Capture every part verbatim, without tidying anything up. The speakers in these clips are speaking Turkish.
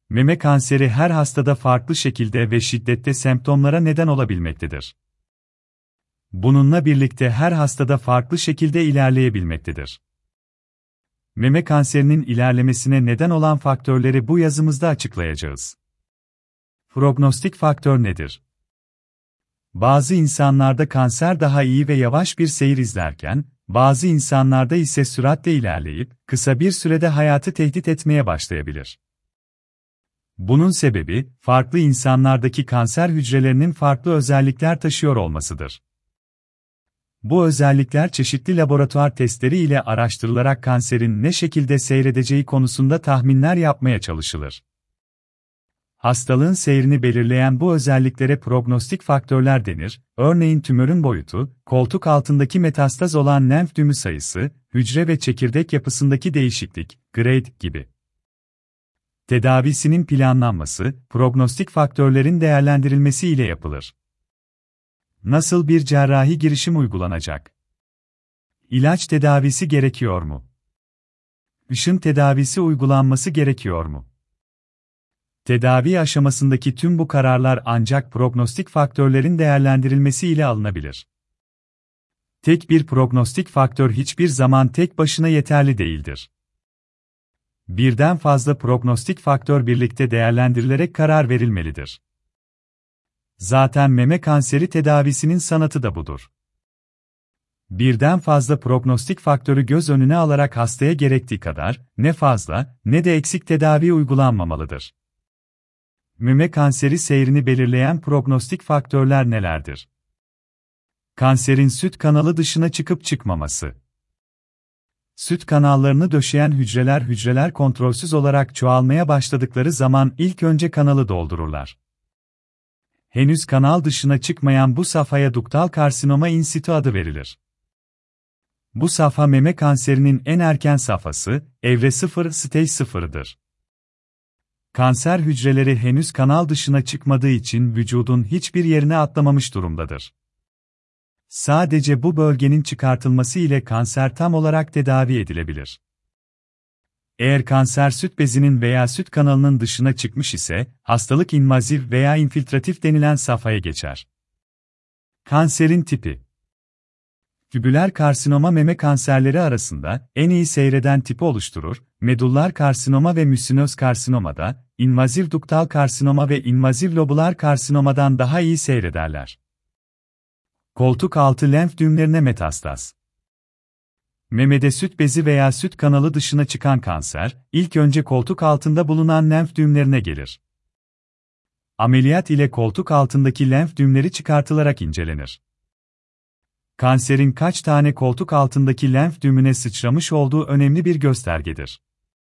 Meme kanseri her hastada farklı şekilde ve şiddette semptomlara neden olabilmektedir. Bununla birlikte her hastada farklı şekilde ilerleyebilmektedir. Meme kanserinin ilerlemesine neden olan faktörleri bu yazımızda açıklayacağız. Prognostik faktör nedir? Bazı insanlarda kanser daha iyi ve yavaş bir seyir izlerken, bazı insanlarda ise süratle ilerleyip, kısa bir sürede hayatı tehdit etmeye başlayabilir. Bunun sebebi, farklı insanlardaki kanser hücrelerinin farklı özellikler taşıyor olmasıdır. Bu özellikler çeşitli laboratuvar testleri ile araştırılarak kanserin ne şekilde seyredeceği konusunda tahminler yapmaya çalışılır. Hastalığın seyrini belirleyen bu özelliklere prognostik faktörler denir, örneğin tümörün boyutu, koltuk altındaki metastaz olan lenf düğümü sayısı, hücre ve çekirdek yapısındaki değişiklik, grade gibi. Tedavisinin planlanması, prognostik faktörlerin değerlendirilmesi ile yapılır. Nasıl bir cerrahi girişim uygulanacak? İlaç tedavisi gerekiyor mu? Işın tedavisi uygulanması gerekiyor mu? Tedavi aşamasındaki tüm bu kararlar ancak prognostik faktörlerin değerlendirilmesi ile alınabilir. Tek bir prognostik faktör hiçbir zaman tek başına yeterli değildir. Birden fazla prognostik faktör birlikte değerlendirilerek karar verilmelidir. Zaten meme kanseri tedavisinin sanatı da budur. Birden fazla prognostik faktörü göz önüne alarak hastaya gerektiği kadar, ne fazla, ne de eksik tedavi uygulanmamalıdır. Meme kanseri seyrini belirleyen prognostik faktörler nelerdir? Kanserin süt kanalı dışına çıkıp çıkmaması. Süt kanallarını döşeyen hücreler hücreler kontrolsüz olarak çoğalmaya başladıkları zaman ilk önce kanalı doldururlar. Henüz kanal dışına çıkmayan bu safhaya duktal karsinoma in situ adı verilir. Bu safha meme kanserinin en erken safhası, evre sıfır, stage sıfır'dır. Kanser hücreleri henüz kanal dışına çıkmadığı için vücudun hiçbir yerine atlamamış durumdadır. Sadece bu bölgenin çıkartılması ile kanser tam olarak tedavi edilebilir. Eğer kanser süt bezinin veya süt kanalının dışına çıkmış ise, hastalık invaziv veya infiltratif denilen safhaya geçer. Kanserin tipi. Tübüler karsinoma meme kanserleri arasında en iyi seyreden tipi oluşturur, medullar karsinoma ve müsinöz karsinomada, invaziv duktal karsinoma ve invaziv lobular karsinomadan daha iyi seyrederler. Koltuk altı lenf düğümlerine metastaz. Memede süt bezi veya süt kanalı dışına çıkan kanser, ilk önce koltuk altında bulunan lenf düğümlerine gelir. Ameliyat ile koltuk altındaki lenf düğümleri çıkartılarak incelenir. Kanserin kaç tane koltuk altındaki lenf düğümüne sıçramış olduğu önemli bir göstergedir.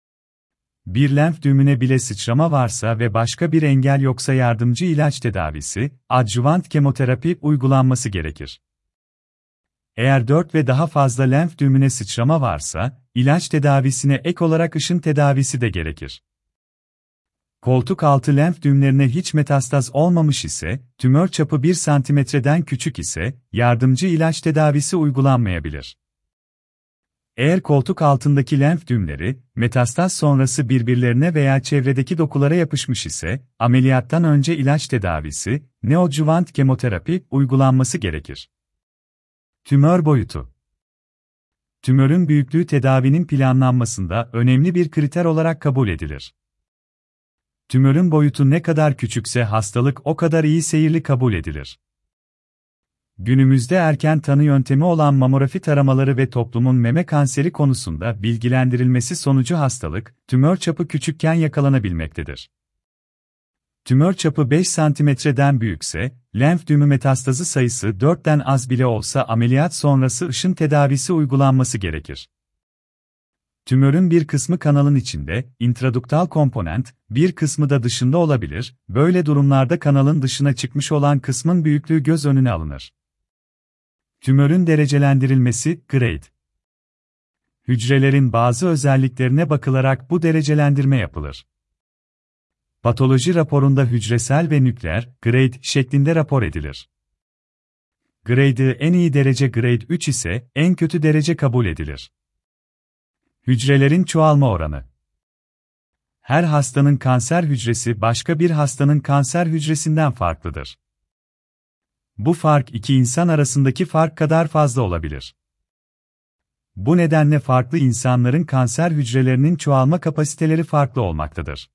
Bir lenf düğümüne bile sıçrama varsa ve başka bir engel yoksa yardımcı ilaç tedavisi, adjuvant kemoterapi uygulanması gerekir. Eğer dört ve daha fazla lenf düğümüne sıçrama varsa, ilaç tedavisine ek olarak ışın tedavisi de gerekir. Koltuk altı lenf düğümlerine hiç metastaz olmamış ise, tümör çapı bir santimetreden küçük ise, yardımcı ilaç tedavisi uygulanmayabilir. Eğer koltuk altındaki lenf düğümleri, metastaz sonrası birbirlerine veya çevredeki dokulara yapışmış ise, ameliyattan önce ilaç tedavisi, neoadjuvant kemoterapi uygulanması gerekir. Tümör boyutu. Tümörün büyüklüğü tedavinin planlanmasında önemli bir kriter olarak kabul edilir. Tümörün boyutu ne kadar küçükse hastalık o kadar iyi seyirli kabul edilir. Günümüzde erken tanı yöntemi olan mamografi taramaları ve toplumun meme kanseri konusunda bilgilendirilmesi sonucu hastalık, tümör çapı küçükken yakalanabilmektedir. Tümör çapı beş santimetreden büyükse, lenf düğümü metastazı sayısı dörtten az bile olsa ameliyat sonrası ışın tedavisi uygulanması gerekir. Tümörün bir kısmı kanalın içinde, intraduktal komponent, bir kısmı da dışında olabilir, böyle durumlarda kanalın dışına çıkmış olan kısmın büyüklüğü göz önüne alınır. Tümörün derecelendirilmesi, grade. Hücrelerin bazı özelliklerine bakılarak bu derecelendirme yapılır. Patoloji raporunda hücresel ve nükleer, grade şeklinde rapor edilir. Grade'ı en iyi derece grade üç ise, en kötü derece kabul edilir. Hücrelerin çoğalma oranı. Her hastanın kanser hücresi başka bir hastanın kanser hücresinden farklıdır. Bu fark iki insan arasındaki fark kadar fazla olabilir. Bu nedenle farklı insanların kanser hücrelerinin çoğalma kapasiteleri farklı olmaktadır.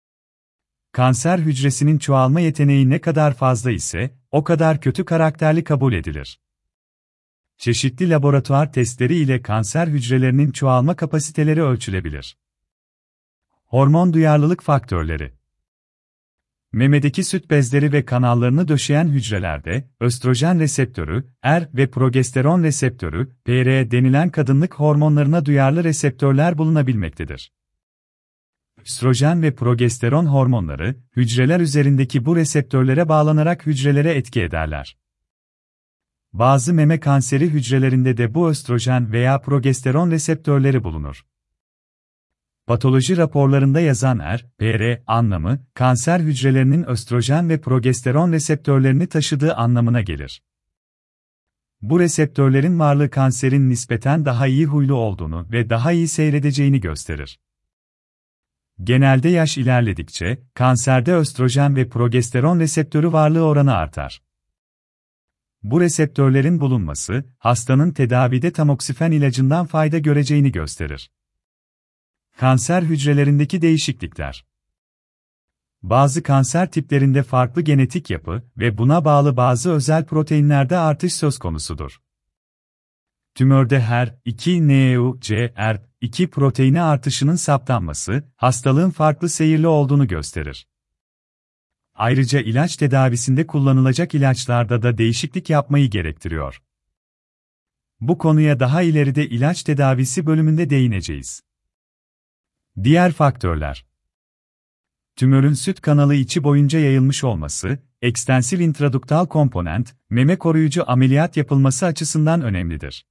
Kanser hücresinin çoğalma yeteneği ne kadar fazla ise, o kadar kötü karakterli kabul edilir. Çeşitli laboratuvar testleri ile kanser hücrelerinin çoğalma kapasiteleri ölçülebilir. Hormon duyarlılık faktörleri. Memedeki süt bezleri ve kanallarını döşeyen hücrelerde, östrojen reseptörü, R ve progesteron reseptörü, P R denilen kadınlık hormonlarına duyarlı reseptörler bulunabilmektedir. Östrojen ve progesteron hormonları, hücreler üzerindeki bu reseptörlere bağlanarak hücrelere etki ederler. Bazı meme kanseri hücrelerinde de bu östrojen veya progesteron reseptörleri bulunur. Patoloji raporlarında yazan R, P R anlamı, kanser hücrelerinin östrojen ve progesteron reseptörlerini taşıdığı anlamına gelir. Bu reseptörlerin varlığı kanserin nispeten daha iyi huylu olduğunu ve daha iyi seyredeceğini gösterir. Genelde yaş ilerledikçe, kanserde östrojen ve progesteron reseptörü varlığı oranı artar. Bu reseptörlerin bulunması, hastanın tedavide tamoksifen ilacından fayda göreceğini gösterir. Kanser hücrelerindeki değişiklikler. Bazı kanser tiplerinde farklı genetik yapı ve buna bağlı bazı özel proteinlerde artış söz konusudur. Tümörde H E R iki N E U C R iki proteini artışının saptanması, hastalığın farklı seyirli olduğunu gösterir. Ayrıca ilaç tedavisinde kullanılacak ilaçlarda da değişiklik yapmayı gerektiriyor. Bu konuya daha ileride ilaç tedavisi bölümünde değineceğiz. Diğer faktörler. Tümörün süt kanalı içi boyunca yayılmış olması, ekstensiv intraduktal komponent, meme koruyucu ameliyat yapılması açısından önemlidir.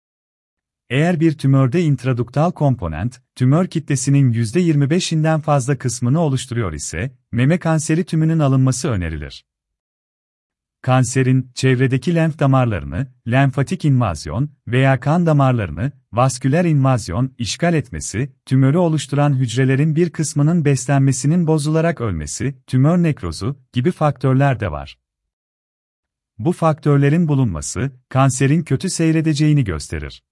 Eğer bir tümörde intraduktal komponent, tümör kitlesinin yüzde yirmi beşinden fazla kısmını oluşturuyor ise, meme kanseri tümünün alınması önerilir. Kanserin, çevredeki lenf damarlarını, lenfatik invazyon veya kan damarlarını, vasküler invazyon işgal etmesi, tümörü oluşturan hücrelerin bir kısmının beslenmesinin bozularak ölmesi, tümör nekrozu gibi faktörler de var. Bu faktörlerin bulunması, kanserin kötü seyredeceğini gösterir.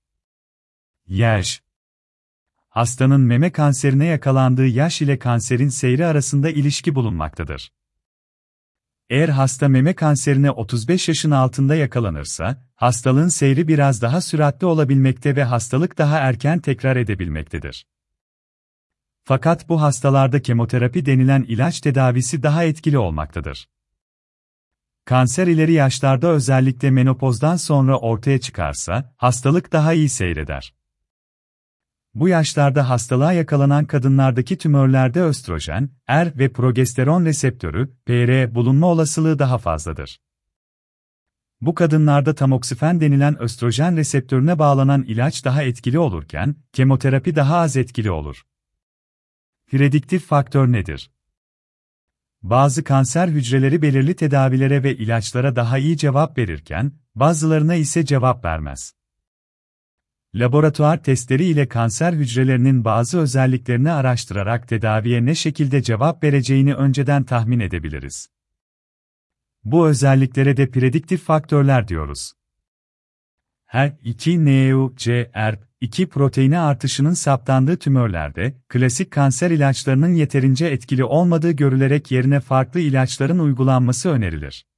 Yaş. Hastanın meme kanserine yakalandığı yaş ile kanserin seyri arasında ilişki bulunmaktadır. Eğer hasta meme kanserine otuz beş yaşın altında yakalanırsa, hastalığın seyri biraz daha süratli olabilmekte ve hastalık daha erken tekrar edebilmektedir. Fakat bu hastalarda kemoterapi denilen ilaç tedavisi daha etkili olmaktadır. Kanser ileri yaşlarda özellikle menopozdan sonra ortaya çıkarsa, hastalık daha iyi seyreder. Bu yaşlarda hastalığa yakalanan kadınlardaki tümörlerde östrojen, R ve progesteron reseptörü, P R bulunma olasılığı daha fazladır. Bu kadınlarda tamoksifen denilen östrojen reseptörüne bağlanan ilaç daha etkili olurken, kemoterapi daha az etkili olur. Prediktif faktör nedir? Bazı kanser hücreleri belirli tedavilere ve ilaçlara daha iyi cevap verirken, bazılarına ise cevap vermez. Laboratuvar testleri ile kanser hücrelerinin bazı özelliklerini araştırarak tedaviye ne şekilde cevap vereceğini önceden tahmin edebiliriz. Bu özelliklere de prediktif faktörler diyoruz. H E R iki N E U C R iki proteini artışının saptandığı tümörlerde, klasik kanser ilaçlarının yeterince etkili olmadığı görülerek yerine farklı ilaçların uygulanması önerilir.